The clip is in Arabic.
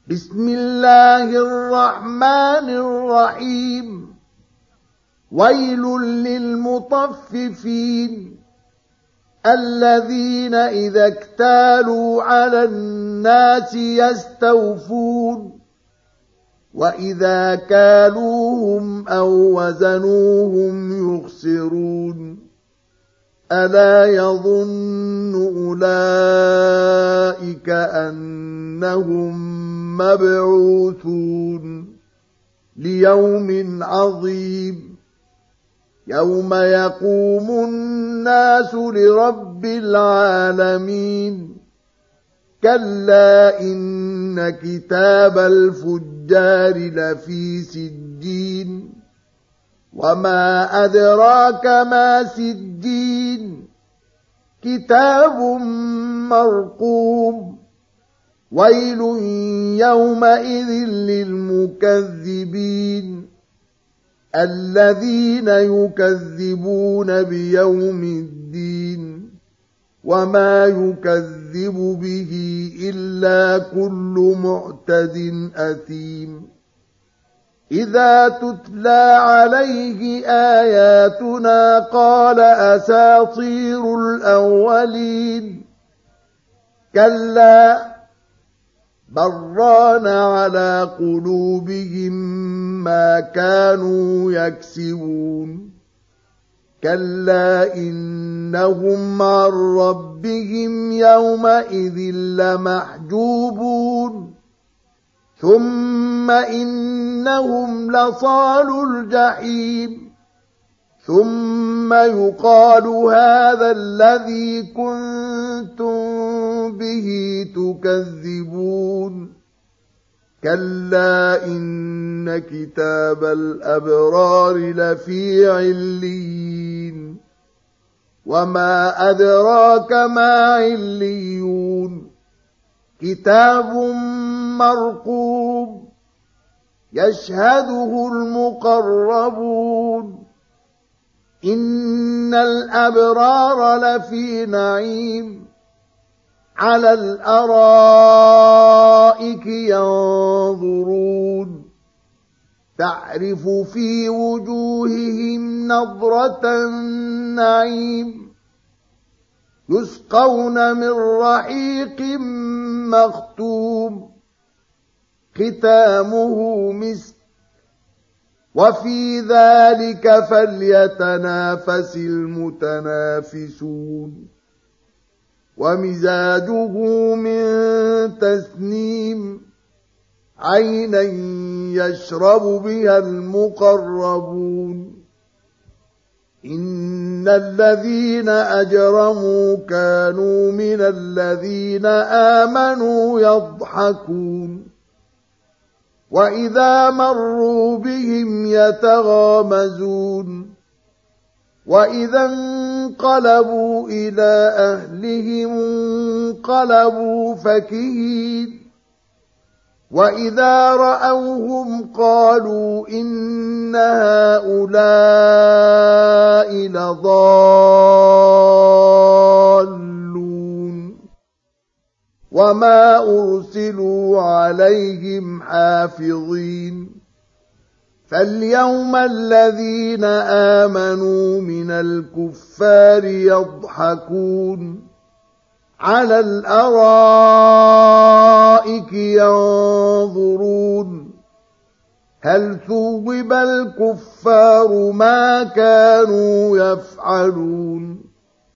بسم الله الرحمن الرحيم. ويل للمطففين الذين إذا اكتالوا على الناس يستوفون وإذا كالوهم أو وزنوهم يخسرون ألا يظن أولئك أنهم مبعوثون ليوم عظيم يوم يقوم الناس لرب العالمين كلا إن كتاب الفجار لفي سجين وما أدراك ما سجين كتاب مرقوم ويل يومئذ للمكذبين الذين يكذبون بيوم الدين وما يكذب به إلا كل معتد أثيم إذا تتلى عليه آياتنا قال أساطير الأولين كلا بران على قلوبهم ما كانوا يكسبون كلا إنهم عن ربهم يومئذ لمحجوبون ثم إنهم لصالو الجحيم ثم يقال هذا الذي كنتم به تكذبون كلا إن كتاب الأبرار لفي عليين وما أدراك ما عليون كتاب مرقوم يشهده المقربون إن الأبرار لفي نعيم على الأرائك ينظرون تعرف في وجوههم نضرة النعيم يسقون من رحيق مختوم ختامه مسك وفي ذلك فليتنافس المتنافسون ومزاجه من تسنيم عينا يشرب بها المقربون إن الذين أجرموا كانوا من الذين آمنوا يضحكون وإذا مروا بهم يتغامزون وإذا انقلبوا إلى أهلهم انقلبوا فكهين وإذا رأوهم قالوا إن هؤلاء لضالون وما أرسلوا عليهم حافظين فاليوم الذين آمنوا من الكفار يضحكون على الأرائك ينظرون هل ثوب الكفار ما كانوا يفعلون